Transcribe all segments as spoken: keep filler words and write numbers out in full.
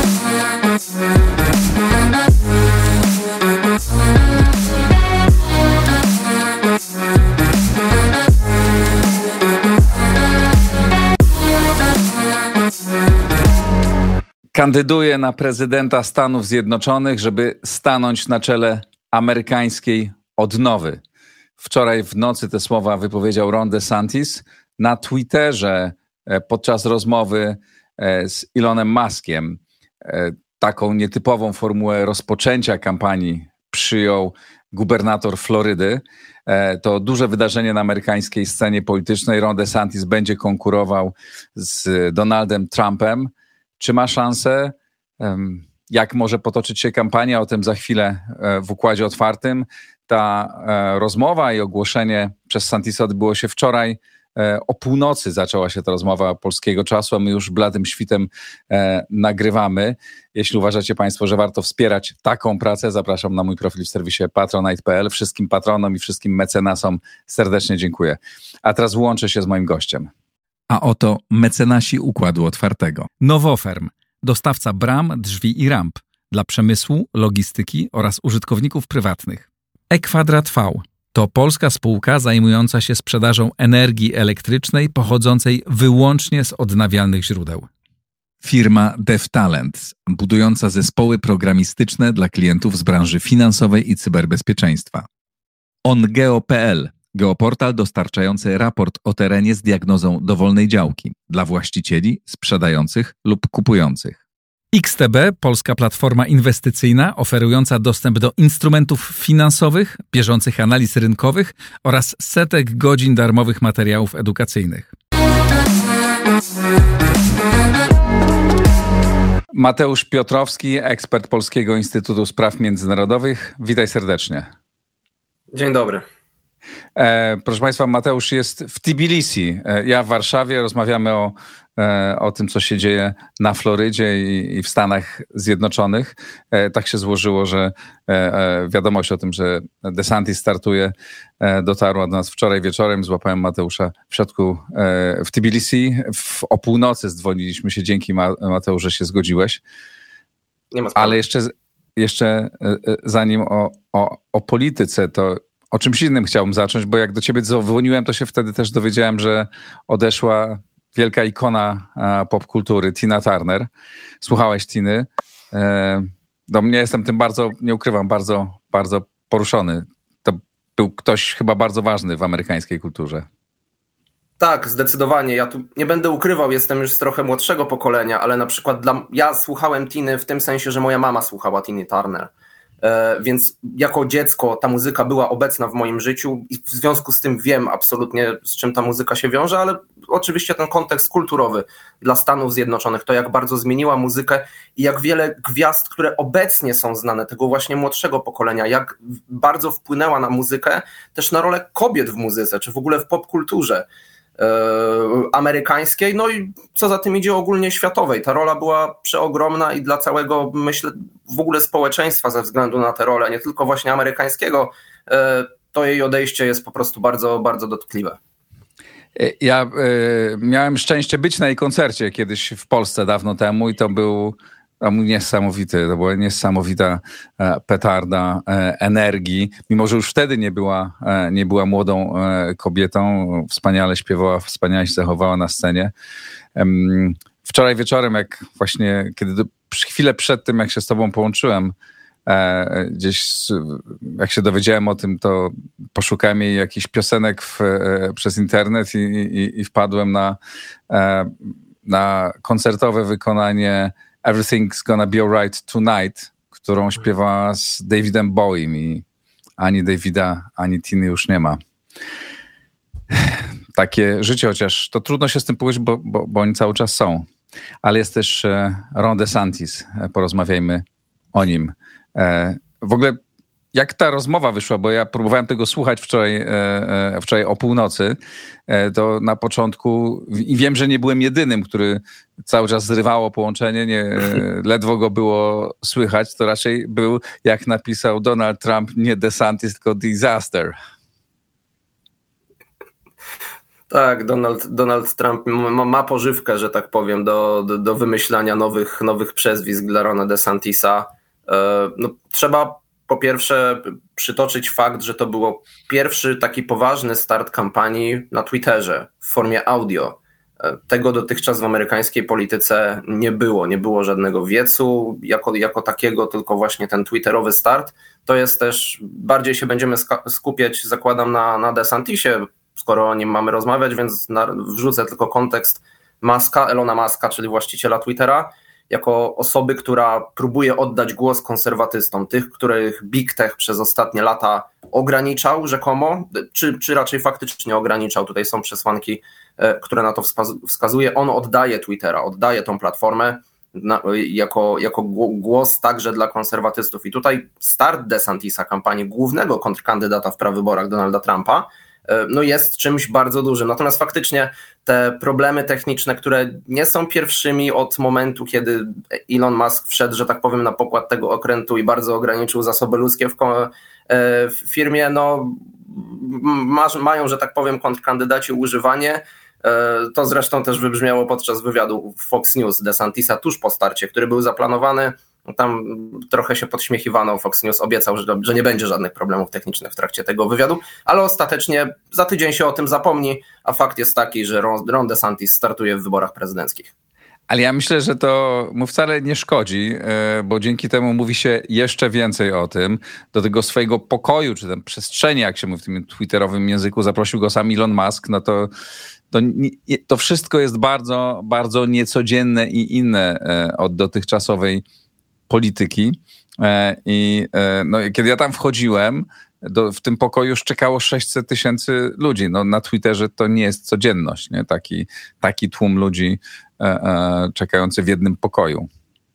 Kandyduje na prezydenta Stanów Zjednoczonych, żeby stanąć na czele amerykańskiej odnowy. Wczoraj w nocy te słowa wypowiedział Ron DeSantis na Twitterze podczas rozmowy z Elonem Muskiem. Taką nietypową formułę rozpoczęcia kampanii przyjął gubernator Florydy. To duże wydarzenie na amerykańskiej scenie politycznej. Ron DeSantis będzie konkurował z Donaldem Trumpem. Czy ma szansę? Jak może potoczyć się kampania? O tym za chwilę w Układzie Otwartym. Ta rozmowa i ogłoszenie przez Santisa odbyło się wczoraj. O północy zaczęła się ta rozmowa polskiego czasu, a my już bladym świtem nagrywamy. Jeśli uważacie Państwo, że warto wspierać taką pracę, zapraszam na mój profil w serwisie patronite kropka p l. Wszystkim patronom i wszystkim mecenasom serdecznie dziękuję. A teraz łączę się z moim gościem. A oto mecenasi Układu Otwartego. Nowoferm, dostawca bram, drzwi i ramp dla przemysłu, logistyki oraz użytkowników prywatnych. E-Kwadrat V to polska spółka zajmująca się sprzedażą energii elektrycznej pochodzącej wyłącznie z odnawialnych źródeł. Firma DevTalent, budująca zespoły programistyczne dla klientów z branży finansowej i cyberbezpieczeństwa. OnGeo kropka p l, geoportal dostarczający raport o terenie z diagnozą dowolnej działki dla właścicieli, sprzedających lub kupujących. X T B, polska platforma inwestycyjna oferująca dostęp do instrumentów finansowych, bieżących analiz rynkowych oraz setek godzin darmowych materiałów edukacyjnych. Mateusz Piotrowski, ekspert Polskiego Instytutu Spraw Międzynarodowych. Witaj serdecznie. Dzień dobry. E, proszę Państwa, Mateusz jest w Tbilisi. E, ja w Warszawie. Rozmawiamy o, e, o tym, co się dzieje na Florydzie i, i w Stanach Zjednoczonych. E, tak się złożyło, że e, e, wiadomość o tym, że DeSantis startuje, e, dotarła do nas wczoraj wieczorem. Złapałem Mateusza w środku e, w Tbilisi. W, o północy zdzwoniliśmy się. Dzięki, Ma, Mateusz, że się zgodziłeś. Nie ma sprawy. Ale jeszcze, jeszcze e, zanim o, o, o polityce, to o czymś innym chciałbym zacząć, bo jak do ciebie zadzwoniłem, to się wtedy też dowiedziałem, że odeszła wielka ikona popkultury, Tina Turner. Słuchałeś Tiny. Do mnie jestem tym bardzo, nie ukrywam, bardzo, bardzo poruszony. To był ktoś chyba bardzo ważny w amerykańskiej kulturze. Tak, zdecydowanie. Ja tu nie będę ukrywał, jestem już z trochę młodszego pokolenia, ale na przykład dla, ja słuchałem Tiny w tym sensie, że moja mama słuchała Tiny Turner. Więc jako dziecko ta muzyka była obecna w moim życiu i w związku z tym wiem absolutnie, z czym ta muzyka się wiąże, ale oczywiście ten kontekst kulturowy dla Stanów Zjednoczonych, to jak bardzo zmieniła muzykę i jak wiele gwiazd, które obecnie są znane, tego właśnie młodszego pokolenia, jak bardzo wpłynęła na muzykę, też na rolę kobiet w muzyce, czy w ogóle w popkulturze amerykańskiej, no i co za tym idzie ogólnie światowej. Ta rola była przeogromna i dla całego, myślę, w ogóle społeczeństwa ze względu na tę rolę, nie tylko właśnie amerykańskiego, to jej odejście jest po prostu bardzo, bardzo dotkliwe. Ja y, miałem szczęście być na jej koncercie kiedyś w Polsce dawno temu i to był niesamowity, to była niesamowita petarda energii, mimo że już wtedy nie była, nie była młodą kobietą, wspaniale śpiewała, wspaniale się zachowała na scenie. Wczoraj wieczorem, jak właśnie, kiedy do, chwilę przed tym, jak się z tobą połączyłem, gdzieś jak się dowiedziałem o tym, to poszukałem jej jakichś piosenek w, przez internet i, i, i wpadłem na, na koncertowe wykonanie Everything's Gonna Be Alright Tonight, którą śpiewała z Davidem Bowiem i ani Davida, ani Tiny już nie ma. Takie życie, chociaż to trudno się z tym pogodzić, bo, bo, bo oni cały czas są. Ale jest też Ron DeSantis. Porozmawiajmy o nim. W ogóle jak ta rozmowa wyszła, bo ja próbowałem tego słuchać wczoraj, wczoraj o północy, to na początku, i wiem, że nie byłem jedynym, który cały czas zrywało połączenie, nie, ledwo go było słychać, to raczej był, jak napisał Donald Trump, nie DeSantis, tylko disaster. Tak, Donald, Donald Trump ma, ma pożywkę, że tak powiem, do, do, do wymyślania nowych, nowych przezwisk dla Rona DeSantisa. No, trzeba po pierwsze przytoczyć fakt, że to był pierwszy taki poważny start kampanii na Twitterze w formie audio. Tego dotychczas w amerykańskiej polityce nie było. Nie było żadnego wiecu jako, jako takiego, tylko właśnie ten twitterowy start. To jest też, bardziej się będziemy skupiać, zakładam, na, na DeSantisie, skoro o nim mamy rozmawiać, więc na, wrzucę tylko kontekst Muska, Elona Muska, czyli właściciela Twittera, jako osoby, która próbuje oddać głos konserwatystom, tych, których Big Tech przez ostatnie lata ograniczał rzekomo, czy, czy raczej faktycznie ograniczał. Tutaj są przesłanki, które na to wskazuje. On oddaje Twittera, oddaje tą platformę na, jako, jako głos także dla konserwatystów. I tutaj start DeSantisa, kampanii głównego kontrkandydata w prawyborach Donalda Trumpa, no jest czymś bardzo dużym. Natomiast faktycznie te problemy techniczne, które nie są pierwszymi od momentu, kiedy Elon Musk wszedł, że tak powiem, na pokład tego okrętu i bardzo ograniczył zasoby ludzkie w, w firmie, no ma, mają, że tak powiem, kontrkandydaci używanie. To zresztą też wybrzmiało podczas wywiadu Fox News DeSantisa tuż po starcie, który był zaplanowany. Tam trochę się podśmiechiwano, Fox News obiecał, że, że nie będzie żadnych problemów technicznych w trakcie tego wywiadu, ale ostatecznie za tydzień się o tym zapomni, a fakt jest taki, że Ron, Ron DeSantis startuje w wyborach prezydenckich. Ale ja myślę, że to mu wcale nie szkodzi, bo dzięki temu mówi się jeszcze więcej o tym. Do tego swojego pokoju, czy tam przestrzeni, jak się mówi w tym twitterowym języku, zaprosił go sam Elon Musk, no to To, to wszystko jest bardzo, bardzo niecodzienne i inne od dotychczasowej polityki. I no, kiedy ja tam wchodziłem, do, w tym pokoju już czekało sześćset tysięcy ludzi. No, na Twitterze to nie jest codzienność, nie? Taki, taki tłum ludzi e, e, czekający w jednym pokoju.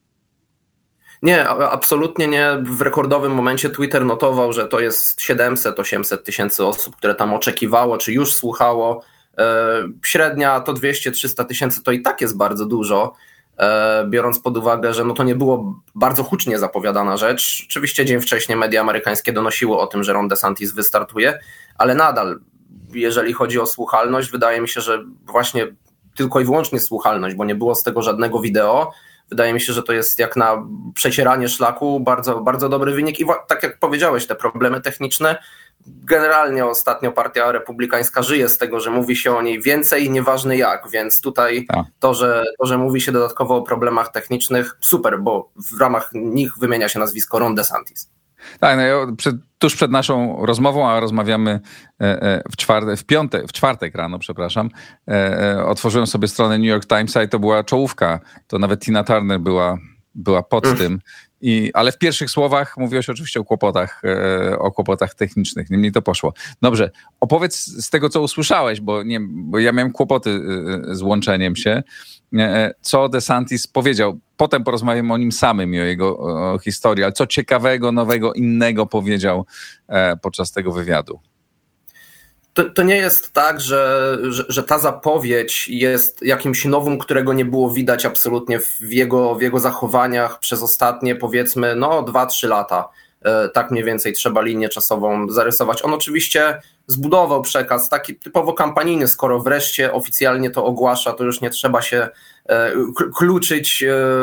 Nie, absolutnie nie. W rekordowym momencie Twitter notował, że to jest siedemset osiemset tysięcy osób, które tam oczekiwało, czy już słuchało. Średnia to dwieście trzysta tysięcy, to i tak jest bardzo dużo, biorąc pod uwagę, że no to nie było bardzo hucznie zapowiadana rzecz. Oczywiście dzień wcześniej media amerykańskie donosiły o tym, że Ron DeSantis wystartuje, ale nadal, jeżeli chodzi o słuchalność, wydaje mi się, że właśnie tylko i wyłącznie słuchalność, bo nie było z tego żadnego wideo. Wydaje mi się, że to jest jak na przecieranie szlaku bardzo, bardzo dobry wynik i tak jak powiedziałeś, te problemy techniczne, generalnie ostatnio Partia Republikańska żyje z tego, że mówi się o niej więcej, nieważne jak, więc tutaj to że, to, że mówi się dodatkowo o problemach technicznych, super, bo w ramach nich wymienia się nazwisko Ron DeSantis. Tak, no ja przed, tuż przed naszą rozmową, a rozmawiamy w czwartek, w piątek, w czwartek rano, przepraszam, otworzyłem sobie stronę New York Timesa i to była czołówka, to nawet Tina Turner była, była pod mm. tym. I, ale w pierwszych słowach mówiłeś oczywiście o kłopotach, o kłopotach technicznych, niemniej to poszło. Dobrze, opowiedz z tego, co usłyszałeś, bo, nie, bo ja miałem kłopoty z łączeniem się, co DeSantis powiedział. Potem porozmawiamy o nim samym i o jego o historii, ale co ciekawego, nowego, innego powiedział podczas tego wywiadu. To, to nie jest tak, że, że, że ta zapowiedź jest jakimś nowym, którego nie było widać absolutnie w jego, w jego zachowaniach przez ostatnie, powiedzmy, no dwa trzy lata. Tak mniej więcej trzeba linię czasową zarysować. On oczywiście zbudował przekaz taki typowo kampanijny, skoro wreszcie oficjalnie to ogłasza, to już nie trzeba się kluczyć,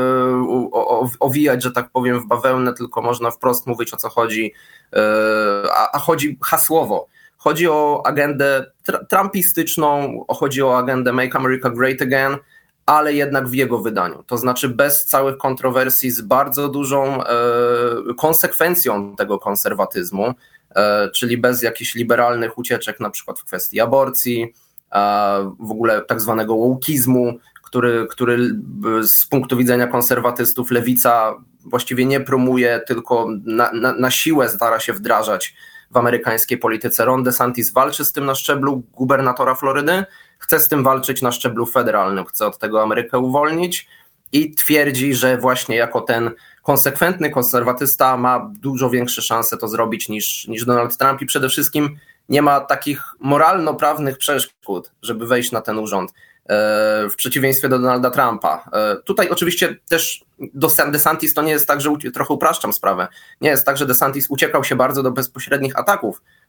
owijać, że tak powiem, w bawełnę, tylko można wprost mówić, o co chodzi, a, a chodzi hasłowo. Chodzi o agendę trumpistyczną, chodzi o agendę Make America Great Again, ale jednak w jego wydaniu. To znaczy bez całych kontrowersji, z bardzo dużą e, konsekwencją tego konserwatyzmu, e, czyli bez jakichś liberalnych ucieczek, na przykład w kwestii aborcji, e, w ogóle tak zwanego wokeizmu, który, który z punktu widzenia konserwatystów lewica właściwie nie promuje, tylko na, na, na siłę stara się wdrażać w amerykańskiej polityce. Ron DeSantis walczy z tym na szczeblu gubernatora Florydy, chce z tym walczyć na szczeblu federalnym, chce od tego Amerykę uwolnić i twierdzi, że właśnie jako ten konsekwentny konserwatysta ma dużo większe szanse to zrobić niż, niż Donald Trump i przede wszystkim nie ma takich moralno-prawnych przeszkód, żeby wejść na ten urząd, w przeciwieństwie do Donalda Trumpa. Tutaj oczywiście też DeSantis to nie jest tak, że trochę upraszczam sprawę. Nie jest tak, że DeSantis uciekał się bardzo do bezpośrednich ataków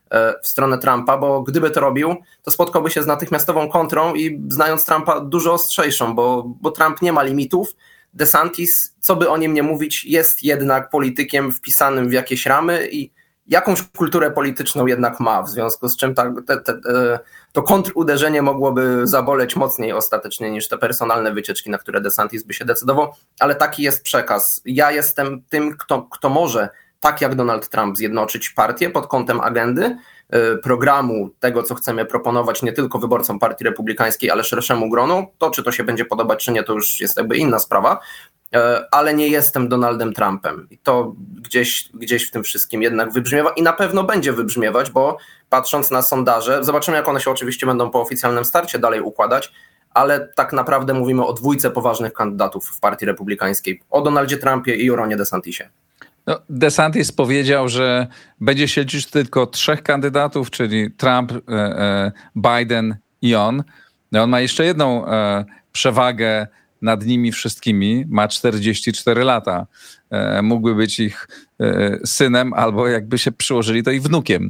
w stronę Trumpa, bo gdyby to robił, to spotkałby się z natychmiastową kontrą i znając Trumpa dużo ostrzejszą, bo, bo Trump nie ma limitów. DeSantis, co by o nim nie mówić, jest jednak politykiem wpisanym w jakieś ramy i jakąś kulturę polityczną jednak ma, w związku z czym ta, te, te, to kontruderzenie mogłoby zaboleć mocniej ostatecznie niż te personalne wycieczki, na które DeSantis by się decydował, ale taki jest przekaz. Ja jestem tym, kto, kto może, tak jak Donald Trump, zjednoczyć partię pod kątem agendy, programu, tego co chcemy proponować nie tylko wyborcom Partii Republikańskiej, ale szerszemu gronu. To, czy to się będzie podobać, czy nie, to już jest jakby inna sprawa, ale nie jestem Donaldem Trumpem. I to gdzieś, gdzieś w tym wszystkim jednak wybrzmiewa i na pewno będzie wybrzmiewać, bo patrząc na sondaże, zobaczymy jak one się oczywiście będą po oficjalnym starcie dalej układać, ale tak naprawdę mówimy o dwójce poważnych kandydatów w Partii Republikańskiej, o Donaldzie Trumpie i o Ronie DeSantisie. No, DeSantis powiedział, że będzie się liczyć tylko trzech kandydatów, czyli Trump, Biden i on. No, on ma jeszcze jedną przewagę nad nimi wszystkimi, ma czterdzieści cztery lata. Mógłby być ich synem albo jakby się przyłożyli, to i wnukiem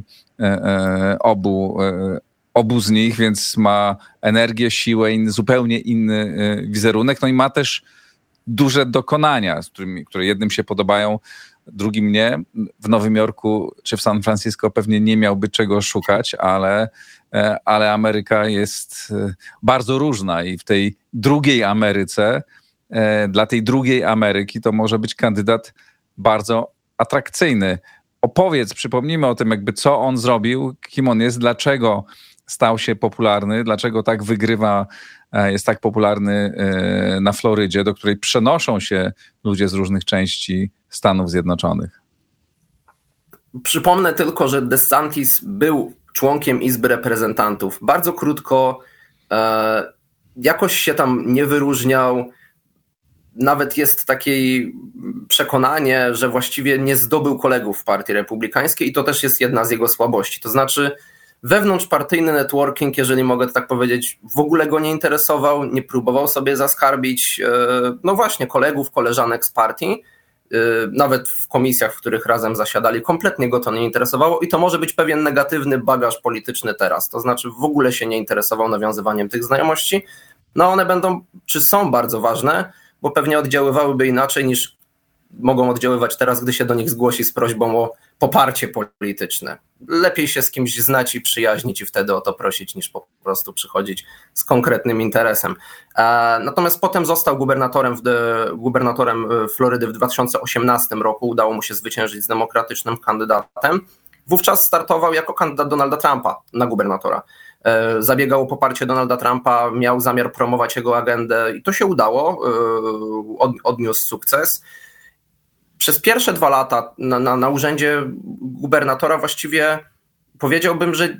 obu, obu z nich, więc ma energię, siłę, inny, zupełnie inny wizerunek. No i ma też duże dokonania, z którymi, które jednym się podobają, drugim nie. W Nowym Jorku czy w San Francisco pewnie nie miałby czego szukać, ale, ale Ameryka jest bardzo różna i w tej drugiej Ameryce, dla tej drugiej Ameryki to może być kandydat bardzo atrakcyjny. Opowiedz, przypomnijmy o tym, jakby co on zrobił, kim on jest, dlaczego stał się popularny, dlaczego tak wygrywa, jest tak popularny na Florydzie, do której przenoszą się ludzie z różnych części Stanów Zjednoczonych. Przypomnę tylko, że DeSantis był członkiem Izby Reprezentantów. Bardzo krótko, e, jakoś się tam nie wyróżniał. Nawet jest takie przekonanie, że właściwie nie zdobył kolegów w Partii Republikańskiej i to też jest jedna z jego słabości. To znaczy wewnątrzpartyjny networking, jeżeli mogę tak powiedzieć, w ogóle go nie interesował, nie próbował sobie zaskarbić, no właśnie, kolegów, koleżanek z partii, nawet w komisjach, w których razem zasiadali, kompletnie go to nie interesowało i to może być pewien negatywny bagaż polityczny teraz, to znaczy w ogóle się nie interesował nawiązywaniem tych znajomości, no one będą, czy są bardzo ważne, bo pewnie oddziaływałyby inaczej niż mogą oddziaływać teraz, gdy się do nich zgłosi z prośbą o poparcie polityczne. Lepiej się z kimś znać i przyjaźnić i wtedy o to prosić, niż po prostu przychodzić z konkretnym interesem. Natomiast potem został gubernatorem, w de, gubernatorem Florydy w dwa tysiące osiemnastym roku. Udało mu się zwyciężyć z demokratycznym kandydatem. Wówczas startował jako kandydat Donalda Trumpa na gubernatora. Zabiegał o poparcie Donalda Trumpa, miał zamiar promować jego agendę i to się udało. Odniósł sukces. Przez pierwsze dwa lata na, na, na urzędzie gubernatora właściwie powiedziałbym, że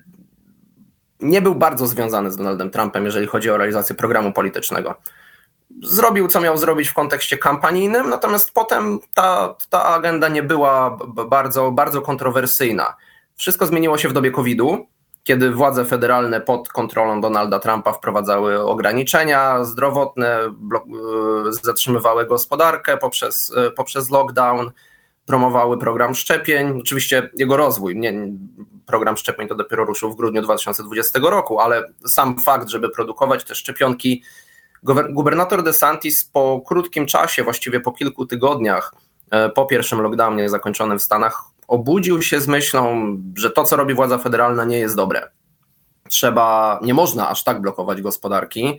nie był bardzo związany z Donaldem Trumpem, jeżeli chodzi o realizację programu politycznego. Zrobił, co miał zrobić w kontekście kampanijnym, natomiast potem ta, ta agenda nie była bardzo, bardzo kontrowersyjna. Wszystko zmieniło się w dobie kowida, kiedy władze federalne pod kontrolą Donalda Trumpa wprowadzały ograniczenia zdrowotne, zatrzymywały gospodarkę poprzez, poprzez lockdown, promowały program szczepień. Oczywiście jego rozwój, nie, program szczepień to dopiero ruszył w grudniu dwa tysiące dwudziestego roku, ale sam fakt, żeby produkować te szczepionki, gubernator DeSantis po krótkim czasie, właściwie po kilku tygodniach po pierwszym lockdownie zakończonym w Stanach, obudził się z myślą, że to, co robi władza federalna, nie jest dobre. Trzeba, nie można aż tak blokować gospodarki.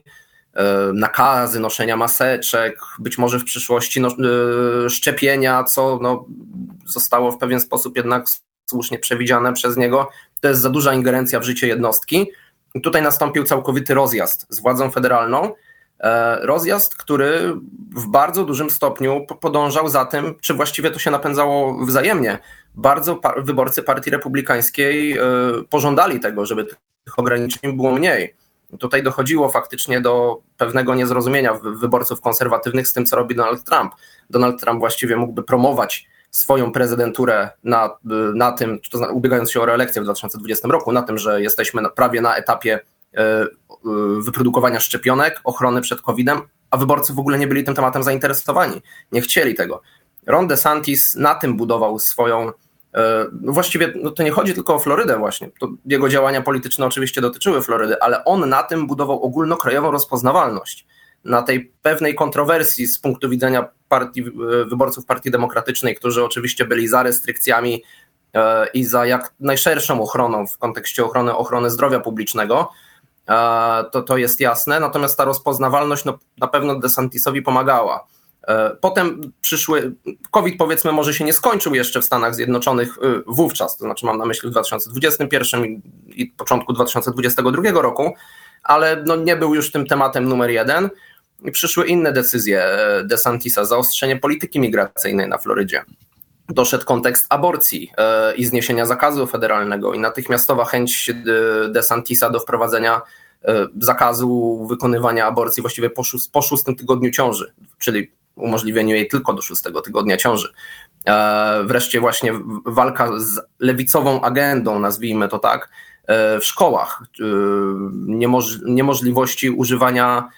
Nakazy noszenia maseczek, być może w przyszłości no, szczepienia, co no, zostało w pewien sposób jednak słusznie przewidziane przez niego. To jest za duża ingerencja w życie jednostki. I tutaj nastąpił całkowity rozjazd z władzą federalną. Rozjazd, który w bardzo dużym stopniu podążał za tym, czy właściwie to się napędzało wzajemnie. Bardzo wyborcy Partii Republikańskiej pożądali tego, żeby tych ograniczeń było mniej. Tutaj dochodziło faktycznie do pewnego niezrozumienia wyborców konserwatywnych z tym, co robi Donald Trump. Donald Trump właściwie mógłby promować swoją prezydenturę na, na tym, to znaczy ubiegając się o reelekcję w dwa tysiące dwudziestym roku, na tym, że jesteśmy na, prawie na etapie wyprodukowania szczepionek, ochrony przed kowidem, a wyborcy w ogóle nie byli tym tematem zainteresowani. Nie chcieli tego. Ron DeSantis na tym budował swoją No właściwie no to nie chodzi tylko o Florydę właśnie. To jego działania polityczne oczywiście dotyczyły Florydy, ale on na tym budował ogólnokrajową rozpoznawalność. Na tej pewnej kontrowersji z punktu widzenia partii, wyborców Partii Demokratycznej, którzy oczywiście byli za restrykcjami i za jak najszerszą ochroną w kontekście ochrony, ochrony zdrowia publicznego, to, to jest jasne. Natomiast ta rozpoznawalność no, na pewno DeSantisowi pomagała. Potem przyszły, COVID powiedzmy może się nie skończył jeszcze w Stanach Zjednoczonych wówczas, to znaczy mam na myśli w dwa tysiące dwudziestym pierwszym i początku dwa tysiące dwudziestego drugiego roku, ale no nie był już tym tematem numer jeden i przyszły inne decyzje DeSantisa, zaostrzenie polityki migracyjnej na Florydzie. Doszedł kontekst aborcji i zniesienia zakazu federalnego i natychmiastowa chęć DeSantisa do wprowadzenia zakazu wykonywania aborcji właściwie po, szóst, po szóstym tygodniu ciąży, czyli umożliwieniu jej tylko do szóstego tygodnia ciąży. Wreszcie właśnie walka z lewicową agendą, nazwijmy to tak, w szkołach. Niemoż, niemożliwości używania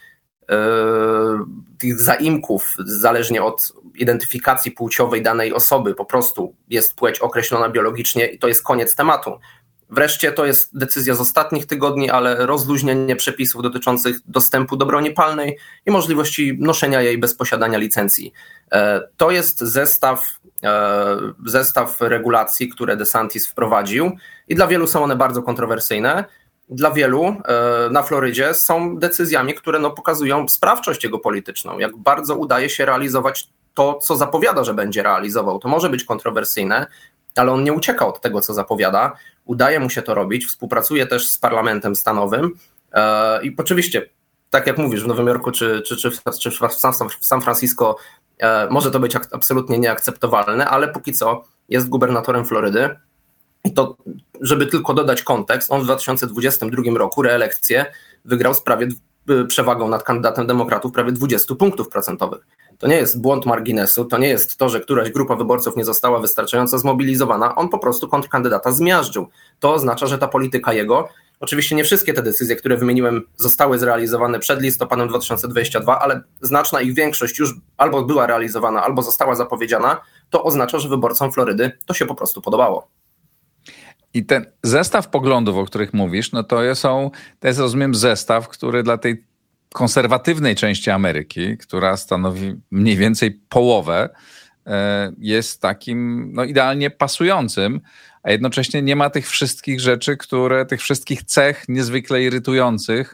tych zaimków zależnie od identyfikacji płciowej danej osoby. Po prostu jest płeć określona biologicznie i to jest koniec tematu. Wreszcie to jest decyzja z ostatnich tygodni, ale rozluźnienie przepisów dotyczących dostępu do broni palnej i możliwości noszenia jej bez posiadania licencji. To jest zestaw, zestaw regulacji, które DeSantis wprowadził i dla wielu są one bardzo kontrowersyjne. Dla wielu na Florydzie są decyzjami, które no pokazują sprawczość jego polityczną, jak bardzo udaje się realizować to, co zapowiada, że będzie realizował. To może być kontrowersyjne, ale on nie ucieka od tego, co zapowiada. Udaje mu się to robić, współpracuje też z parlamentem stanowym i oczywiście, tak jak mówisz, w Nowym Jorku czy, czy, czy, czy w San Francisco może to być absolutnie nieakceptowalne, ale póki co jest gubernatorem Florydy. I to, żeby tylko dodać kontekst, on w dwa tysiące dwudziestym drugim roku reelekcję wygrał z prawie przewagą nad kandydatem demokratów prawie dwadzieścia punktów procentowych. To nie jest błąd marginesu, to nie jest to, że któraś grupa wyborców nie została wystarczająco zmobilizowana, on po prostu kontrkandydata zmiażdżył. To oznacza, że ta polityka jego, oczywiście nie wszystkie te decyzje, które wymieniłem, zostały zrealizowane przed listopadem dwa tysiące dwudziestym drugim, ale znaczna ich większość już albo była realizowana, albo została zapowiedziana, to oznacza, że wyborcom Florydy to się po prostu podobało. I ten zestaw poglądów, o których mówisz, no to są, to jest, rozumiem, zestaw, który dla tej konserwatywnej części Ameryki, która stanowi mniej więcej połowę, jest takim no, idealnie pasującym, a jednocześnie nie ma tych wszystkich rzeczy, które, tych wszystkich cech niezwykle irytujących,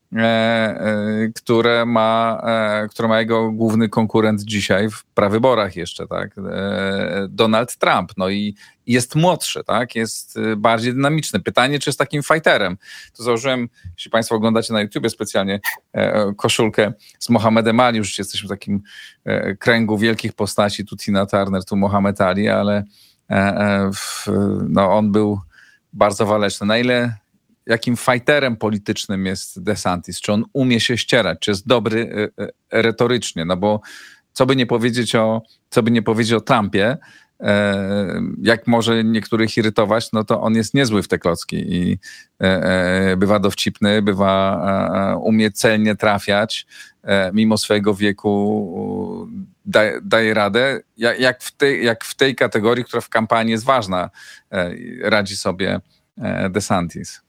które ma, które ma jego główny konkurent dzisiaj w prawyborach jeszcze, tak? Donald Trump. No i jest młodszy, tak? Jest bardziej dynamiczny. Pytanie, czy jest takim fighterem. To założyłem, jeśli Państwo oglądacie na YouTubie specjalnie koszulkę z Mohamedem Ali. Już jesteśmy w takim kręgu wielkich postaci. Tu Tina Turner, tu Mohamed Ali, ale no, on był bardzo waleczny. Na ile jakim fighterem politycznym jest DeSantis? Czy on umie się ścierać? Czy jest dobry retorycznie? No bo co by nie powiedzieć o, co by nie powiedzieć o Trumpie, jak może niektórych irytować, no to on jest niezły w te klocki i bywa dowcipny, bywa, umie celnie trafiać, mimo swojego wieku daje, daje radę. Jak w, tej, jak w tej kategorii, która w kampanii jest ważna, radzi sobie DeSantis?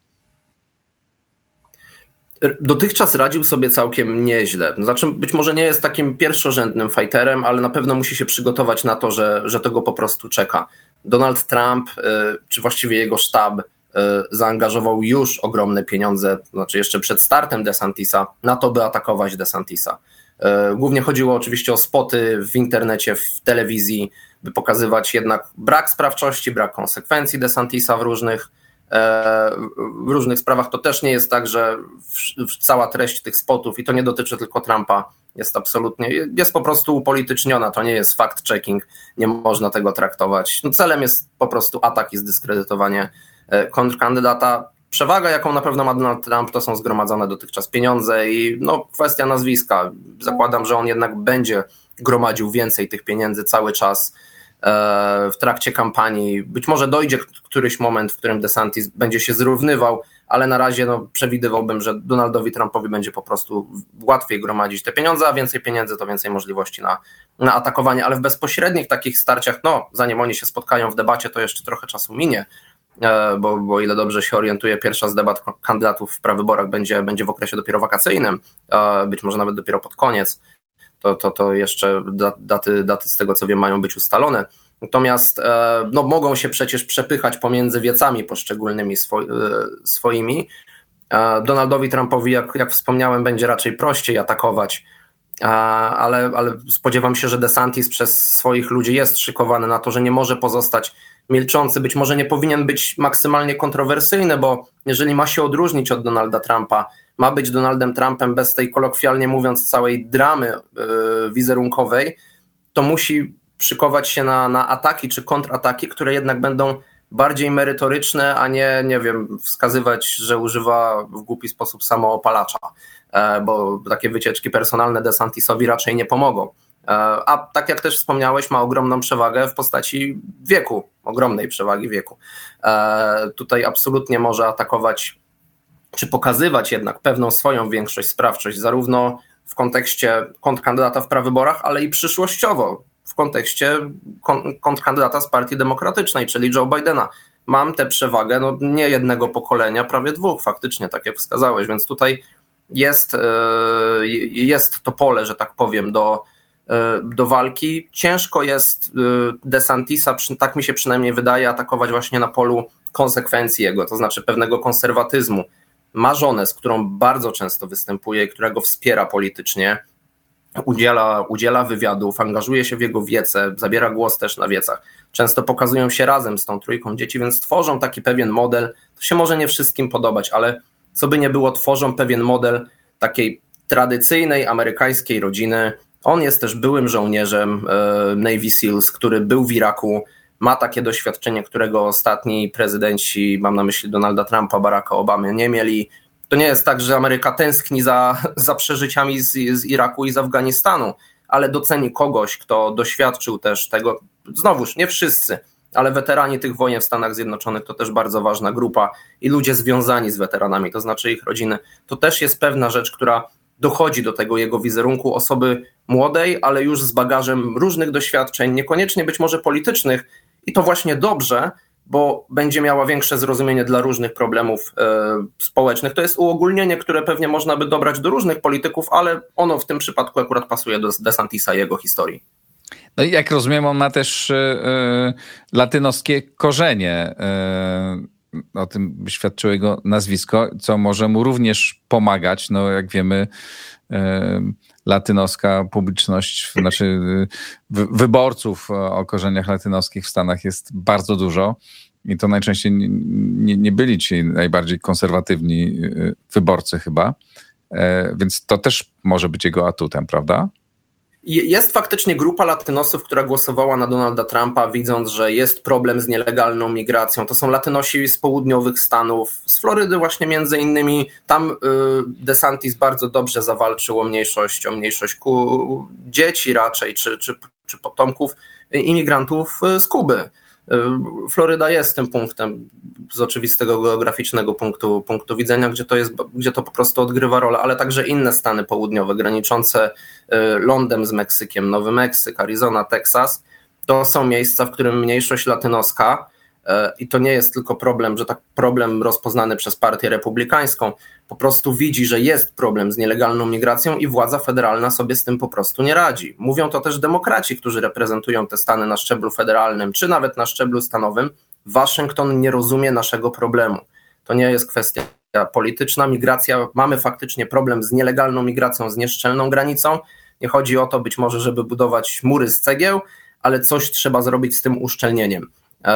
Dotychczas radził sobie całkiem nieźle. Znaczy, być może nie jest takim pierwszorzędnym fighterem, ale na pewno musi się przygotować na to, że, że tego po prostu czeka. Donald Trump, czy właściwie jego sztab, zaangażował już ogromne pieniądze, znaczy jeszcze przed startem DeSantisa, na to, by atakować DeSantisa. Głównie chodziło oczywiście o spoty w internecie, w telewizji, by pokazywać jednak brak sprawczości, brak konsekwencji DeSantisa w różnych w różnych sprawach. To też nie jest tak, że cała treść tych spotów, i to nie dotyczy tylko Trumpa, jest absolutnie, jest po prostu upolityczniona, to nie jest fact-checking, nie można tego traktować. No celem jest po prostu atak i zdyskredytowanie kontrkandydata. Przewaga, jaką na pewno ma Donald Trump, to są zgromadzone dotychczas pieniądze i no, kwestia nazwiska. Zakładam, że on jednak będzie gromadził więcej tych pieniędzy cały czas w trakcie kampanii. Być może dojdzie któryś moment, w którym DeSantis będzie się zrównywał, ale na razie no, przewidywałbym, że Donaldowi Trumpowi będzie po prostu łatwiej gromadzić te pieniądze, a więcej pieniędzy to więcej możliwości na, na atakowanie, ale w bezpośrednich takich starciach, no zanim oni się spotkają w debacie, to jeszcze trochę czasu minie, bo, bo o ile dobrze się orientuję, pierwsza z debat kandydatów w prawyborach będzie, będzie w okresie dopiero wakacyjnym, być może nawet dopiero pod koniec, to, to, to jeszcze daty, daty z tego co wiem mają być ustalone. Natomiast no, mogą się przecież przepychać pomiędzy wiecami poszczególnymi swoi, swoimi. Donaldowi Trumpowi, jak, jak wspomniałem, będzie raczej prościej atakować, ale, ale spodziewam się, że DeSantis przez swoich ludzi jest szykowany na to, że nie może pozostać milczący. Być może nie powinien być maksymalnie kontrowersyjny, bo jeżeli ma się odróżnić od Donalda Trumpa, ma być Donaldem Trumpem bez tej, kolokwialnie mówiąc, całej dramy yy, wizerunkowej, to musi szykować się na, na ataki czy kontrataki, które jednak będą bardziej merytoryczne, a nie, nie wiem, wskazywać, że używa w głupi sposób samoopalacza, bo takie wycieczki personalne DeSantisowi raczej nie pomogą. A tak jak też wspomniałeś, ma ogromną przewagę w postaci wieku, ogromnej przewagi wieku. Tutaj absolutnie może atakować, czy pokazywać jednak pewną swoją większość, sprawczość, zarówno w kontekście kontrkandydata w prawyborach, ale i przyszłościowo w kontekście kontrkandydata z Partii Demokratycznej, czyli Joe Bidena. Mam tę przewagę no, nie jednego pokolenia, prawie dwóch faktycznie, tak jak wskazałeś, więc tutaj jest, jest to pole, że tak powiem, do, do walki. Ciężko jest DeSantisa, tak mi się przynajmniej wydaje, atakować właśnie na polu konsekwencji jego, to znaczy pewnego konserwatyzmu. Ma żonę, z którą bardzo często występuje, która go wspiera politycznie, Udziela, udziela wywiadów, angażuje się w jego wiece, zabiera głos też na wiecach. Często pokazują się razem z tą trójką dzieci, więc tworzą taki pewien model. To się może nie wszystkim podobać, ale co by nie było, tworzą pewien model takiej tradycyjnej amerykańskiej rodziny. On jest też byłym żołnierzem Navy Seals, który był w Iraku, ma takie doświadczenie, którego ostatni prezydenci, mam na myśli Donalda Trumpa, Baracka Obamy, nie mieli. To nie jest tak, że Ameryka tęskni za, za przeżyciami z, z Iraku i z Afganistanu, ale doceni kogoś, kto doświadczył też tego. Znowuż, nie wszyscy, ale weterani tych wojen w Stanach Zjednoczonych to też bardzo ważna grupa i ludzie związani z weteranami, to znaczy ich rodziny. To też jest pewna rzecz, która dochodzi do tego jego wizerunku osoby młodej, ale już z bagażem różnych doświadczeń, niekoniecznie być może politycznych, i to właśnie dobrze, bo będzie miała większe zrozumienie dla różnych problemów e, społecznych. To jest uogólnienie, które pewnie można by dobrać do różnych polityków, ale ono w tym przypadku akurat pasuje do DeSantisa i jego historii. No i jak rozumiem, on ma też e, latynoskie korzenie. E, o tym świadczyło jego nazwisko, co może mu również pomagać. No jak wiemy, e, latynoska publiczność, znaczy wyborców o korzeniach latynoskich w Stanach jest bardzo dużo i to najczęściej nie, nie byli ci najbardziej konserwatywni wyborcy chyba, więc to też może być jego atutem, prawda? Jest faktycznie grupa latynosów, która głosowała na Donalda Trumpa, widząc, że jest problem z nielegalną migracją. To są latynosi z południowych Stanów, z Florydy właśnie między innymi. Tam DeSantis bardzo dobrze zawalczył o mniejszość, o mniejszość ku dzieci raczej, czy, czy, czy potomków imigrantów z Kuby. Floryda jest tym punktem z oczywistego geograficznego punktu, punktu widzenia, gdzie to, jest, gdzie to po prostu odgrywa rolę, ale także inne stany południowe graniczące lądem z Meksykiem, Nowy Meksyk, Arizona, Teksas, to są miejsca, w którym mniejszość latynoska, i to nie jest tylko problem, że tak problem rozpoznany przez Partię Republikańską, po prostu widzi, że jest problem z nielegalną migracją i władza federalna sobie z tym po prostu nie radzi. Mówią to też demokraci, którzy reprezentują te stany na szczeblu federalnym, czy nawet na szczeblu stanowym. Waszyngton nie rozumie naszego problemu. To nie jest kwestia polityczna. Migracja, mamy faktycznie problem z nielegalną migracją, z nieszczelną granicą. Nie chodzi o to być może, żeby budować mury z cegieł, ale coś trzeba zrobić z tym uszczelnieniem.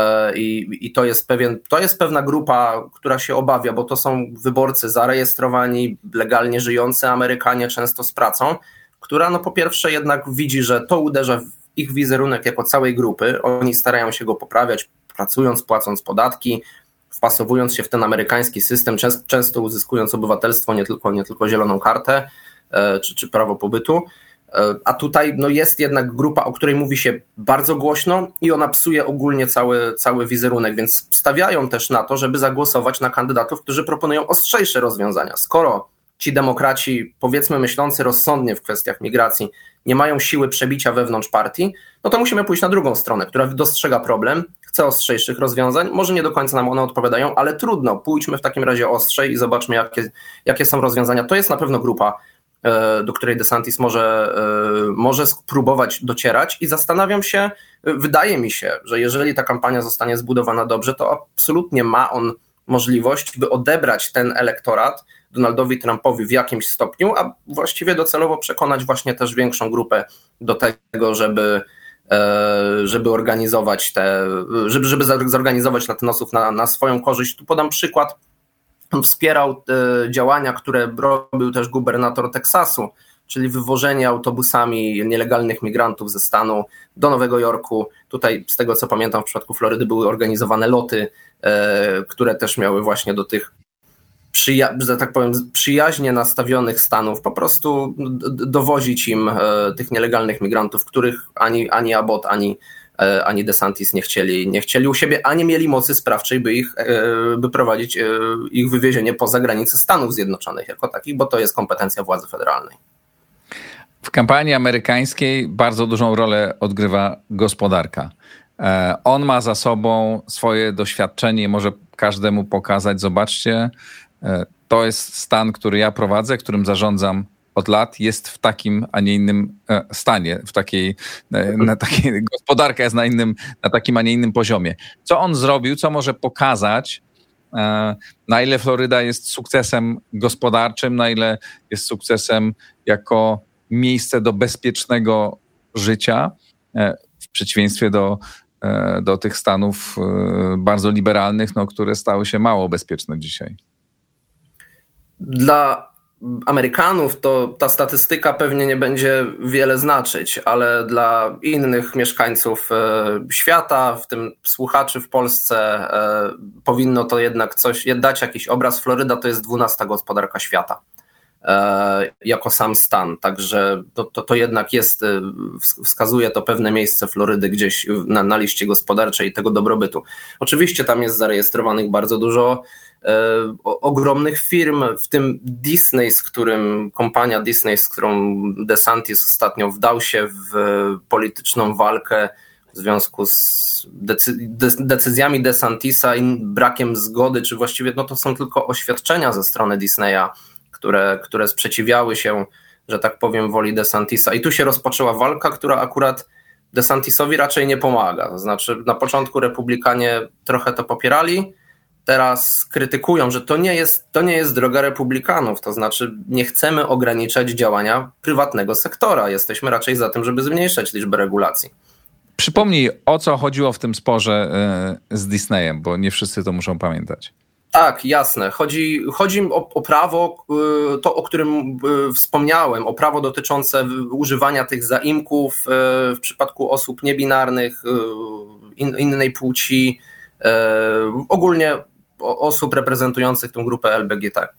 I, i to jest pewien, to jest pewna grupa, która się obawia, bo to są wyborcy zarejestrowani, legalnie żyjący Amerykanie, często z pracą, która no po pierwsze jednak widzi, że to uderza w ich wizerunek jako całej grupy. Oni starają się go poprawiać, pracując, płacąc podatki, wpasowując się w ten amerykański system, często uzyskując obywatelstwo, nie tylko, nie tylko zieloną kartę czy, czy prawo pobytu. A tutaj no, jest jednak grupa, o której mówi się bardzo głośno i ona psuje ogólnie cały, cały wizerunek, więc stawiają też na to, żeby zagłosować na kandydatów, którzy proponują ostrzejsze rozwiązania. Skoro ci demokraci, powiedzmy myślący rozsądnie w kwestiach migracji, nie mają siły przebicia wewnątrz partii, no to musimy pójść na drugą stronę, która dostrzega problem, chce ostrzejszych rozwiązań, może nie do końca nam one odpowiadają, ale trudno, pójdźmy w takim razie ostrzej i zobaczmy, jakie, jakie są rozwiązania. To jest na pewno grupa, do której DeSantis może, może spróbować docierać i zastanawiam się, wydaje mi się, że jeżeli ta kampania zostanie zbudowana dobrze, to absolutnie ma on możliwość, by odebrać ten elektorat Donaldowi Trumpowi w jakimś stopniu, a właściwie docelowo przekonać właśnie też większą grupę do tego, żeby, żeby organizować te, żeby, żeby zorganizować latynosów na, na swoją korzyść. Tu podam przykład. Wspierał działania, które robił też gubernator Teksasu, czyli wywożenie autobusami nielegalnych migrantów ze stanu do Nowego Jorku. Tutaj z tego co pamiętam w przypadku Florydy były organizowane loty, które też miały właśnie do tych przyja- że tak powiem, przyjaźnie nastawionych stanów po prostu dowozić im tych nielegalnych migrantów, których ani, ani Abbott, ani ani DeSantis nie chcieli, nie chcieli u siebie, ani mieli mocy sprawczej, by ich, by prowadzić ich wywiezienie poza granice Stanów Zjednoczonych jako takich, bo to jest kompetencja władzy federalnej. W kampanii amerykańskiej bardzo dużą rolę odgrywa gospodarka. On ma za sobą swoje doświadczenie i może każdemu pokazać, zobaczcie, to jest stan, który ja prowadzę, którym zarządzam od lat, jest w takim, a nie innym stanie, w takiej, na takiej, gospodarka jest na innym, na takim, a nie innym poziomie. Co on zrobił, co może pokazać, na ile Floryda jest sukcesem gospodarczym, na ile jest sukcesem jako miejsce do bezpiecznego życia, w przeciwieństwie do, do tych stanów bardzo liberalnych, no, które stały się mało bezpieczne dzisiaj. Dla Amerykanów to ta statystyka pewnie nie będzie wiele znaczyć, ale dla innych mieszkańców świata, w tym słuchaczy w Polsce, powinno to jednak coś dać jakiś obraz. Floryda to jest dwunasta gospodarka świata jako sam stan, także to, to, to jednak jest, wskazuje to pewne miejsce Florydy gdzieś na, na liście gospodarczej tego dobrobytu. Oczywiście tam jest zarejestrowanych bardzo dużo O, ogromnych firm, w tym Disney, z którym kompania Disney, z którą DeSantis ostatnio wdał się w polityczną walkę w związku z decy- decyzjami DeSantisa i brakiem zgody, czy właściwie no to są tylko oświadczenia ze strony Disneya, które, które sprzeciwiały się, że tak powiem, woli DeSantisa. I tu się rozpoczęła walka, która akurat DeSantisowi raczej nie pomaga. To znaczy na początku republikanie trochę to popierali, teraz krytykują, że to nie jest, to nie jest droga republikanów, to znaczy nie chcemy ograniczać działania prywatnego sektora, jesteśmy raczej za tym, żeby zmniejszać liczbę regulacji. Przypomnij, o co chodziło w tym sporze z Disneyem, bo nie wszyscy to muszą pamiętać. Tak, jasne. Chodzi, chodzi o, o prawo, to o którym wspomniałem, o prawo dotyczące używania tych zaimków w przypadku osób niebinarnych, in, innej płci, ogólnie osób reprezentujących tę grupę L G B T.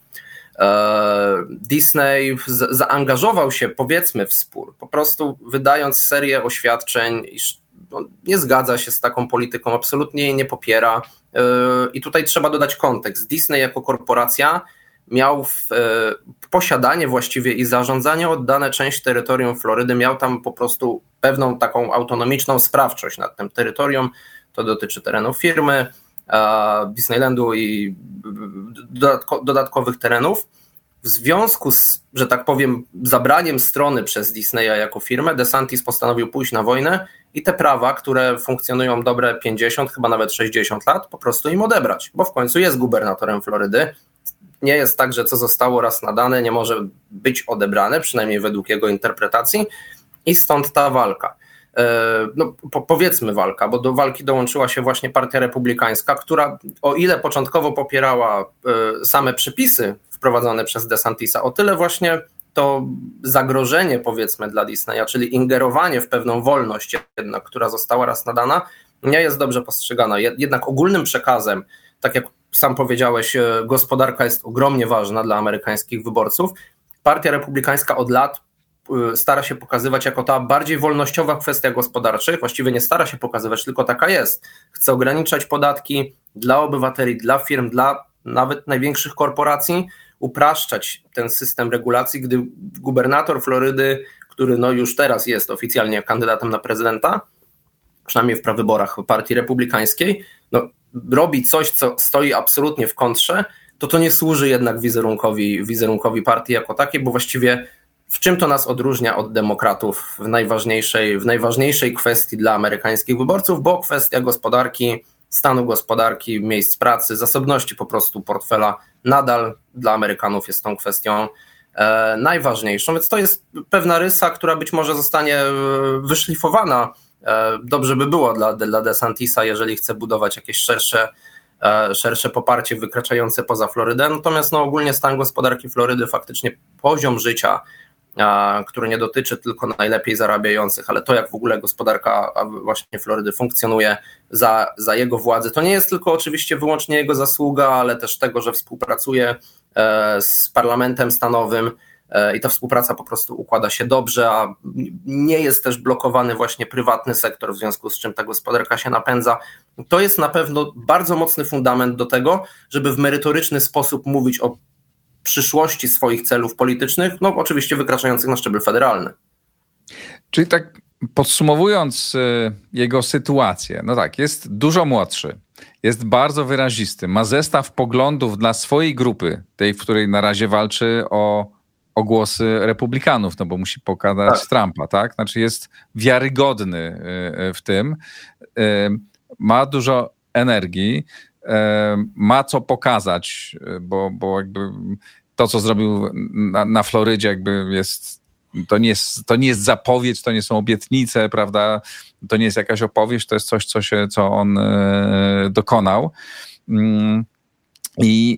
Disney zaangażował się, powiedzmy, w spór, po prostu wydając serię oświadczeń, iż nie zgadza się z taką polityką, absolutnie jej nie popiera. I tutaj trzeba dodać kontekst. Disney jako korporacja miał w posiadanie właściwie i zarządzanie oddane część terytorium Florydy, miał tam po prostu pewną taką autonomiczną sprawczość nad tym terytorium. To dotyczy terenów firmy, Disneylandu i dodatkowych terenów. W związku z, że tak powiem, zabraniem strony przez Disneya jako firmę, DeSantis postanowił pójść na wojnę i te prawa, które funkcjonują dobre pięćdziesiąt, chyba nawet sześćdziesiąt lat, po prostu im odebrać, bo w końcu jest gubernatorem Florydy. Nie jest tak, że co zostało raz nadane nie może być odebrane, przynajmniej według jego interpretacji, i stąd ta walka. No, po, powiedzmy walka, bo do walki dołączyła się właśnie Partia Republikańska, która o ile początkowo popierała same przepisy wprowadzone przez DeSantisa, o tyle właśnie to zagrożenie, powiedzmy, dla Disneya, czyli ingerowanie w pewną wolność jednak, która została raz nadana, nie jest dobrze postrzegana. Jednak ogólnym przekazem, tak jak sam powiedziałeś, gospodarka jest ogromnie ważna dla amerykańskich wyborców. Partia Republikańska od lat stara się pokazywać jako ta bardziej wolnościowa kwestia gospodarczych, właściwie nie stara się pokazywać, tylko taka jest. Chce ograniczać podatki dla obywateli, dla firm, dla nawet największych korporacji, upraszczać ten system regulacji, gdy gubernator Florydy, który no już teraz jest oficjalnie kandydatem na prezydenta, przynajmniej w prawyborach partii republikańskiej, no, robi coś, co stoi absolutnie w kontrze, to to nie służy jednak wizerunkowi, wizerunkowi partii jako takiej, bo właściwie w czym to nas odróżnia od demokratów w najważniejszej, w najważniejszej kwestii dla amerykańskich wyborców, bo kwestia gospodarki, stanu gospodarki, miejsc pracy, zasobności po prostu portfela nadal dla Amerykanów jest tą kwestią e, najważniejszą, więc to jest pewna rysa, która być może zostanie wyszlifowana. E, dobrze by było dla, dla DeSantisa, jeżeli chce budować jakieś szersze szersze poparcie wykraczające poza Florydę, natomiast no ogólnie stan gospodarki Florydy, faktycznie poziom życia, który nie dotyczy tylko najlepiej zarabiających, ale to jak w ogóle gospodarka właśnie Florydy funkcjonuje za, za jego władzy, to nie jest tylko oczywiście wyłącznie jego zasługa, ale też tego, że współpracuje z parlamentem stanowym i ta współpraca po prostu układa się dobrze, a nie jest też blokowany właśnie prywatny sektor, w związku z czym ta gospodarka się napędza. To jest na pewno bardzo mocny fundament do tego, żeby w merytoryczny sposób mówić o przyszłości swoich celów politycznych, no oczywiście wykraczających na szczebel federalny. Czyli tak podsumowując jego sytuację, no tak, jest dużo młodszy, jest bardzo wyrazisty, ma zestaw poglądów dla swojej grupy, tej, w której na razie walczy o o głosy republikanów, no bo musi pokonać tak. Trumpa, tak? Znaczy jest wiarygodny w tym, ma dużo energii, ma co pokazać, bo, bo jakby to, co zrobił na, na Florydzie, jakby jest, to nie jest, to nie jest zapowiedź, to nie są obietnice, prawda? To nie jest jakaś opowieść, to jest coś, co się, co on dokonał. I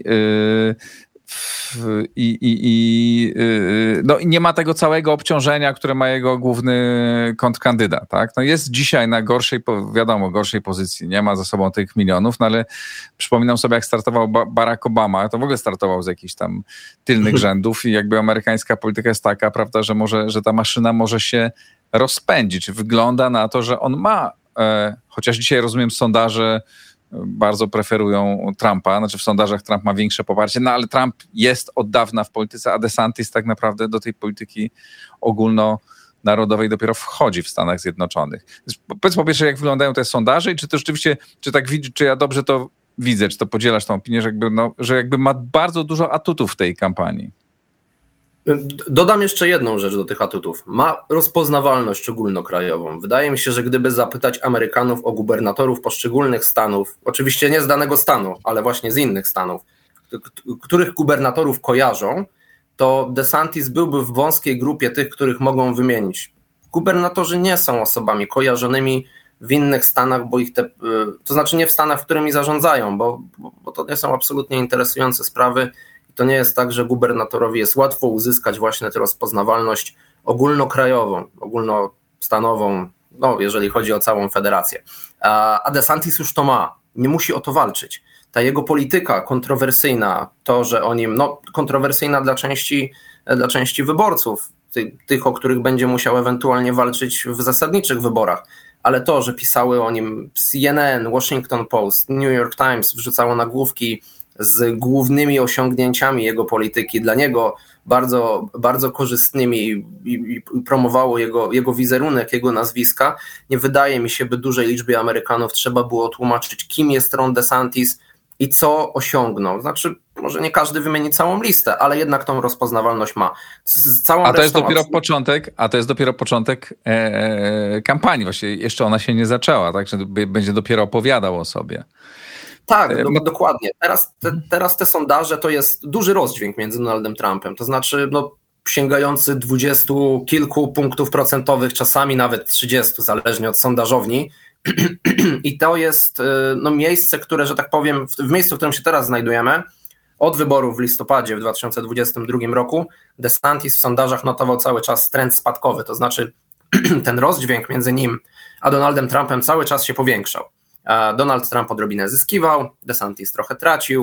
I, i, i, no, i nie ma tego całego obciążenia, które ma jego główny kontrkandydat. Tak? No jest dzisiaj na gorszej, wiadomo, gorszej pozycji, nie ma za sobą tych milionów, no ale przypominam sobie, jak startował Barack Obama, to w ogóle startował z jakichś tam tylnych rzędów i jakby amerykańska polityka jest taka, prawda, że, może, że ta maszyna może się rozpędzić. Wygląda na to, że on ma, e, chociaż dzisiaj rozumiem sondaże, bardzo preferują Trumpa, znaczy w sondażach Trump ma większe poparcie, no ale Trump jest od dawna w polityce, a DeSantis tak naprawdę do tej polityki ogólnonarodowej dopiero wchodzi w Stanach Zjednoczonych. Powiedz po pierwsze, jak wyglądają te sondaże i czy to rzeczywiście, czy tak widzi, czy ja dobrze to widzę, czy to podzielasz tą opinię, że jakby, no, że jakby ma bardzo dużo atutów w tej kampanii? Dodam jeszcze jedną rzecz do tych atutów. Ma rozpoznawalność ogólnokrajową. Wydaje mi się, że gdyby zapytać Amerykanów o gubernatorów poszczególnych stanów, oczywiście nie z danego stanu, ale właśnie z innych stanów, których gubernatorów kojarzą, to DeSantis byłby w wąskiej grupie tych, których mogą wymienić. Gubernatorzy nie są osobami kojarzonymi w innych stanach, bo ich te, to znaczy nie w stanach, którymi zarządzają, bo, bo to nie są absolutnie interesujące sprawy. To nie jest tak, że gubernatorowi jest łatwo uzyskać właśnie tę rozpoznawalność ogólnokrajową, ogólnostanową, no jeżeli chodzi o całą federację. A DeSantis już to ma, nie musi o to walczyć. Ta jego polityka kontrowersyjna, to, że o nim, no kontrowersyjna dla części, dla części wyborców, ty, tych, o których będzie musiał ewentualnie walczyć w zasadniczych wyborach, ale to, że pisały o nim C N N, Washington Post, New York Times, wrzucało nagłówki z głównymi osiągnięciami jego polityki, dla niego bardzo, bardzo korzystnymi i, i, i promowało jego, jego wizerunek, jego nazwiska. Nie wydaje mi się, by dużej liczbie Amerykanów trzeba było tłumaczyć, kim jest Ron DeSantis i co osiągnął. Znaczy, może nie każdy wymieni całą listę, ale jednak tą rozpoznawalność ma. Z całą a to jest dopiero absolutnie... początek, a to jest dopiero początek e, kampanii. Właściwie jeszcze ona się nie zaczęła, tak? Że będzie dopiero opowiadał o sobie. Tak, do, dokładnie. Teraz te, teraz te sondaże to jest duży rozdźwięk między Donaldem Trumpem, to znaczy no, sięgający dwudziestu kilku punktów procentowych, czasami nawet trzydziestu, zależnie od sondażowni. I to jest no, miejsce, które, że tak powiem, w, w miejscu, w którym się teraz znajdujemy, od wyborów w listopadzie w dwa tysiące dwudziestym drugim roku, DeSantis w sondażach notował cały czas trend spadkowy, to znaczy ten rozdźwięk między nim a Donaldem Trumpem cały czas się powiększał. Donald Trump odrobinę zyskiwał, DeSantis trochę tracił,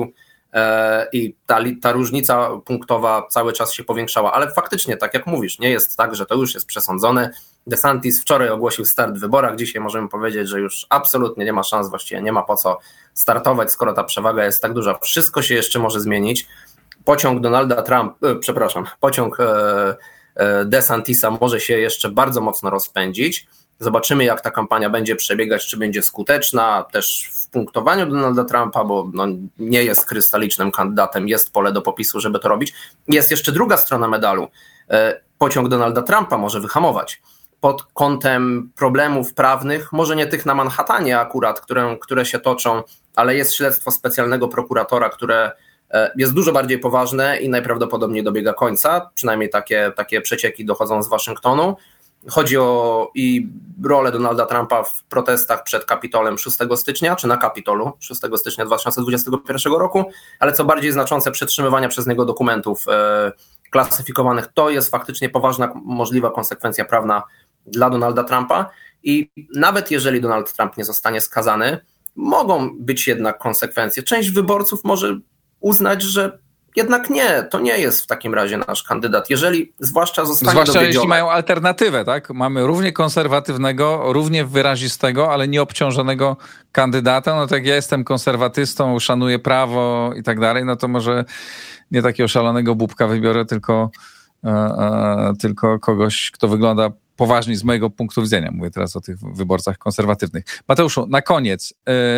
i ta, ta różnica punktowa cały czas się powiększała, ale faktycznie, tak jak mówisz, nie jest tak, że to już jest przesądzone. DeSantis wczoraj ogłosił start w wyborach, dzisiaj możemy powiedzieć, że już absolutnie nie ma szans, właściwie nie ma po co startować, skoro ta przewaga jest tak duża. Wszystko się jeszcze może zmienić. Pociąg Donalda Trump, e, przepraszam, pociąg e, e, DeSantisa może się jeszcze bardzo mocno rozpędzić. Zobaczymy, jak ta kampania będzie przebiegać, czy będzie skuteczna też w punktowaniu Donalda Trumpa, bo no, nie jest krystalicznym kandydatem, jest pole do popisu, żeby to robić. Jest jeszcze druga strona medalu. Pociąg Donalda Trumpa może wyhamować pod kątem problemów prawnych, może nie tych na Manhattanie akurat, które, które się toczą, ale jest śledztwo specjalnego prokuratora, które jest dużo bardziej poważne i najprawdopodobniej dobiega końca, przynajmniej takie, takie przecieki dochodzą z Waszyngtonu. Chodzi o i rolę Donalda Trumpa w protestach przed Kapitolem szóstego stycznia, czy na Kapitolu szóstego stycznia dwa tysiące dwudziestego pierwszego roku, ale co bardziej znaczące, przetrzymywania przez niego dokumentów e, klasyfikowanych. To jest faktycznie poważna możliwa konsekwencja prawna dla Donalda Trumpa i nawet jeżeli Donald Trump nie zostanie skazany, mogą być jednak konsekwencje. Część wyborców może uznać, że jednak nie, to nie jest w takim razie nasz kandydat. Jeżeli zwłaszcza zostanie Zwłaszcza dowiedzione... jeśli mają alternatywę, tak? Mamy równie konserwatywnego, równie wyrazistego, ale nieobciążonego kandydata. No tak, ja jestem konserwatystą, szanuję prawo i tak dalej, no to może nie takiego szalonego bubka wybiorę, tylko, e, e, tylko kogoś, kto wygląda poważniej z mojego punktu widzenia. Mówię teraz o tych wyborcach konserwatywnych. Mateuszu, na koniec,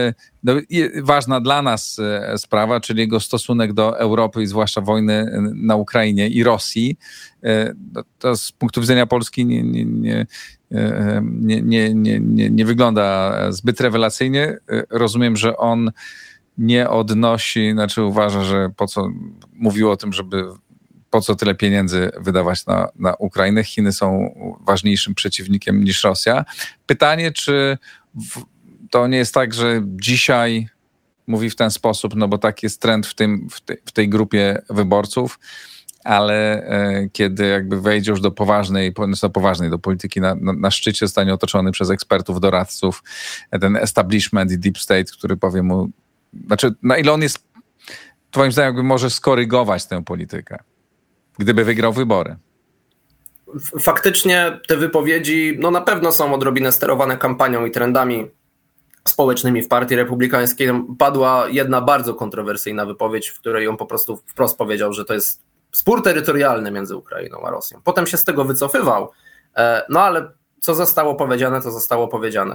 yy, ważna dla nas yy, sprawa, czyli jego stosunek do Europy i zwłaszcza wojny na Ukrainie i Rosji. Yy, to z punktu widzenia Polski nie, nie, nie, yy, nie, nie, nie, nie, nie wygląda zbyt rewelacyjnie. Yy, rozumiem, że on nie odnosi, znaczy uważa, że po co mówił o tym, żeby po co tyle pieniędzy wydawać na, na Ukrainę. Chiny są ważniejszym przeciwnikiem niż Rosja. Pytanie, czy w, to nie jest tak, że dzisiaj mówi w ten sposób, no bo tak jest trend w, tym, w, te, w tej grupie wyborców, ale e, kiedy jakby wejdzie już do poważnej, do poważnej, do polityki na, na, na szczycie, zostanie otoczony przez ekspertów, doradców, ten establishment i deep state, który powie mu, znaczy na ile on jest, twoim zdaniem jakby może skorygować tę politykę, gdyby wygrał wybory? Faktycznie te wypowiedzi no na pewno są odrobinę sterowane kampanią i trendami społecznymi w Partii Republikańskiej. Padła jedna bardzo kontrowersyjna wypowiedź, w której on po prostu wprost powiedział, że to jest spór terytorialny między Ukrainą a Rosją. Potem się z tego wycofywał, no ale co zostało powiedziane, to zostało powiedziane.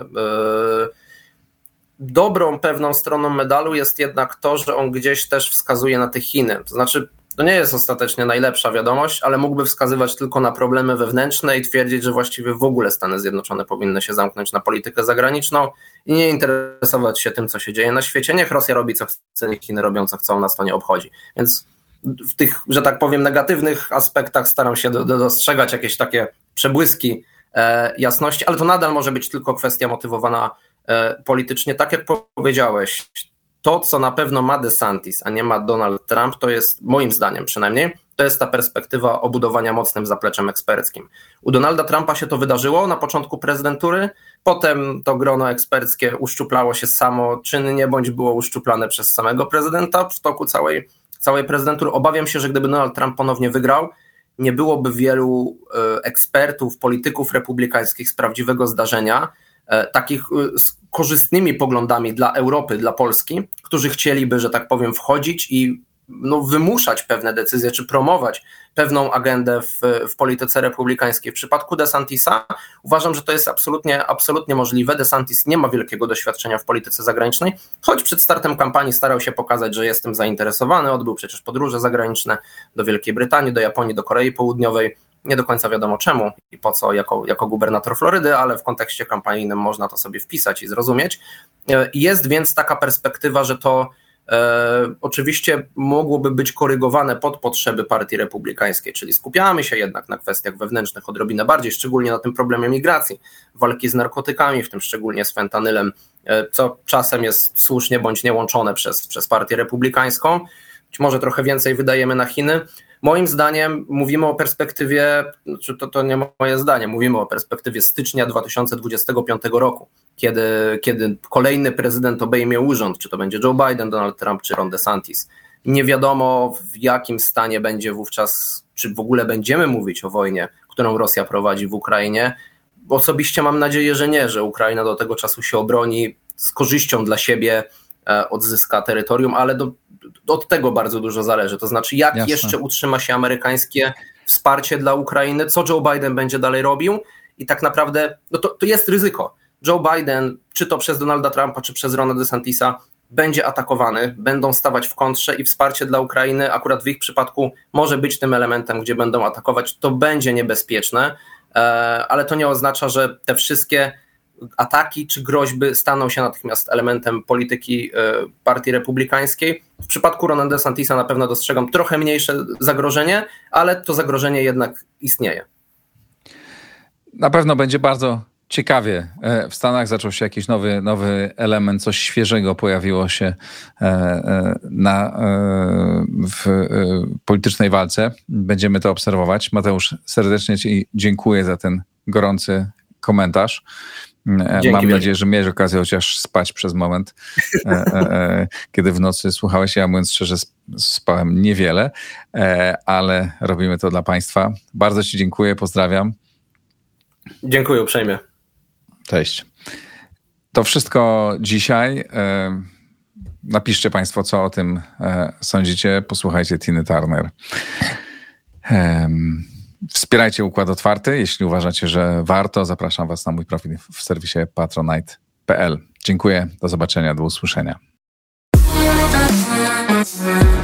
Dobrą pewną stroną medalu jest jednak to, że on gdzieś też wskazuje na te Chiny. To znaczy, to nie jest ostatecznie najlepsza wiadomość, ale mógłby wskazywać tylko na problemy wewnętrzne i twierdzić, że właściwie w ogóle Stany Zjednoczone powinny się zamknąć na politykę zagraniczną i nie interesować się tym, co się dzieje na świecie. Niech Rosja robi, co chce, niech Chiny robią, co chcą, nas to nie obchodzi. Więc w tych, że tak powiem, negatywnych aspektach staram się do, do, dostrzegać jakieś takie przebłyski e, jasności, ale to nadal może być tylko kwestia motywowana e, politycznie. Tak jak powiedziałeś, to, co na pewno ma DeSantis, a nie ma Donald Trump, to jest, moim zdaniem przynajmniej, to jest ta perspektywa obudowania mocnym zapleczem eksperckim. U Donalda Trumpa się to wydarzyło na początku prezydentury, potem to grono eksperckie uszczuplało się samo, czynnie bądź było uszczuplane przez samego prezydenta w toku całej, całej prezydentury. Obawiam się, że gdyby Donald Trump ponownie wygrał, nie byłoby wielu ekspertów, polityków republikańskich z prawdziwego zdarzenia, takich z korzystnymi poglądami dla Europy, dla Polski, którzy chcieliby, że tak powiem, wchodzić i no, wymuszać pewne decyzje, czy promować pewną agendę w, w polityce republikańskiej. W przypadku DeSantisa uważam, że to jest absolutnie, absolutnie możliwe. DeSantis nie ma wielkiego doświadczenia w polityce zagranicznej, choć przed startem kampanii starał się pokazać, że jest tym zainteresowany. Odbył przecież podróże zagraniczne do Wielkiej Brytanii, do Japonii, do Korei Południowej. Nie do końca wiadomo czemu i po co jako, jako gubernator Florydy, ale w kontekście kampanijnym można to sobie wpisać i zrozumieć. Jest więc taka perspektywa, że to e, oczywiście mogłoby być korygowane pod potrzeby Partii Republikańskiej, czyli skupiamy się jednak na kwestiach wewnętrznych odrobinę bardziej, szczególnie na tym problemie migracji, walki z narkotykami, w tym szczególnie z fentanylem, e, co czasem jest słusznie bądź nie łączone przez, przez Partię Republikańską. Być może trochę więcej wydajemy na Chiny. Moim zdaniem mówimy o perspektywie, znaczy to, to nie moje zdanie, mówimy o perspektywie stycznia dwa tysiące dwudziestego piątego roku, kiedy, kiedy kolejny prezydent obejmie urząd, czy to będzie Joe Biden, Donald Trump, czy Ron DeSantis. Nie wiadomo, w jakim stanie będzie wówczas, czy w ogóle będziemy mówić o wojnie, którą Rosja prowadzi w Ukrainie. Osobiście mam nadzieję, że nie, że Ukraina do tego czasu się obroni, z korzyścią dla siebie odzyska terytorium, ale do, od tego bardzo dużo zależy. To znaczy, jak Jasne. jeszcze utrzyma się amerykańskie wsparcie dla Ukrainy, co Joe Biden będzie dalej robił i tak naprawdę no to, to jest ryzyko. Joe Biden, czy to przez Donalda Trumpa, czy przez Rona DeSantisa, będzie atakowany, będą stawać w kontrze i wsparcie dla Ukrainy akurat w ich przypadku może być tym elementem, gdzie będą atakować. To będzie niebezpieczne, ale to nie oznacza, że te wszystkie ataki czy groźby staną się natychmiast elementem polityki Partii Republikańskiej. W przypadku Rona DeSantisa na pewno dostrzegam trochę mniejsze zagrożenie, ale to zagrożenie jednak istnieje. Na pewno będzie bardzo ciekawie. W Stanach zaczął się jakiś nowy, nowy element, coś świeżego pojawiło się na, w politycznej walce. Będziemy to obserwować. Mateusz, serdecznie Ci dziękuję za ten gorący komentarz. Dzięki Mam nadzieję, że miałeś okazję chociaż spać przez moment, e, e, kiedy w nocy słuchałeś. Ja mówiąc szczerze spałem niewiele, e, ale robimy to dla Państwa. Bardzo Ci dziękuję, pozdrawiam. Dziękuję uprzejmie. Cześć. To wszystko dzisiaj. E, napiszcie Państwo, co o tym e, sądzicie. Posłuchajcie Tiny Turner. E, Wspierajcie Układ Otwarty, jeśli uważacie, że warto. Zapraszam Was na mój profil w serwisie patronite kropka p l. Dziękuję, do zobaczenia, do usłyszenia.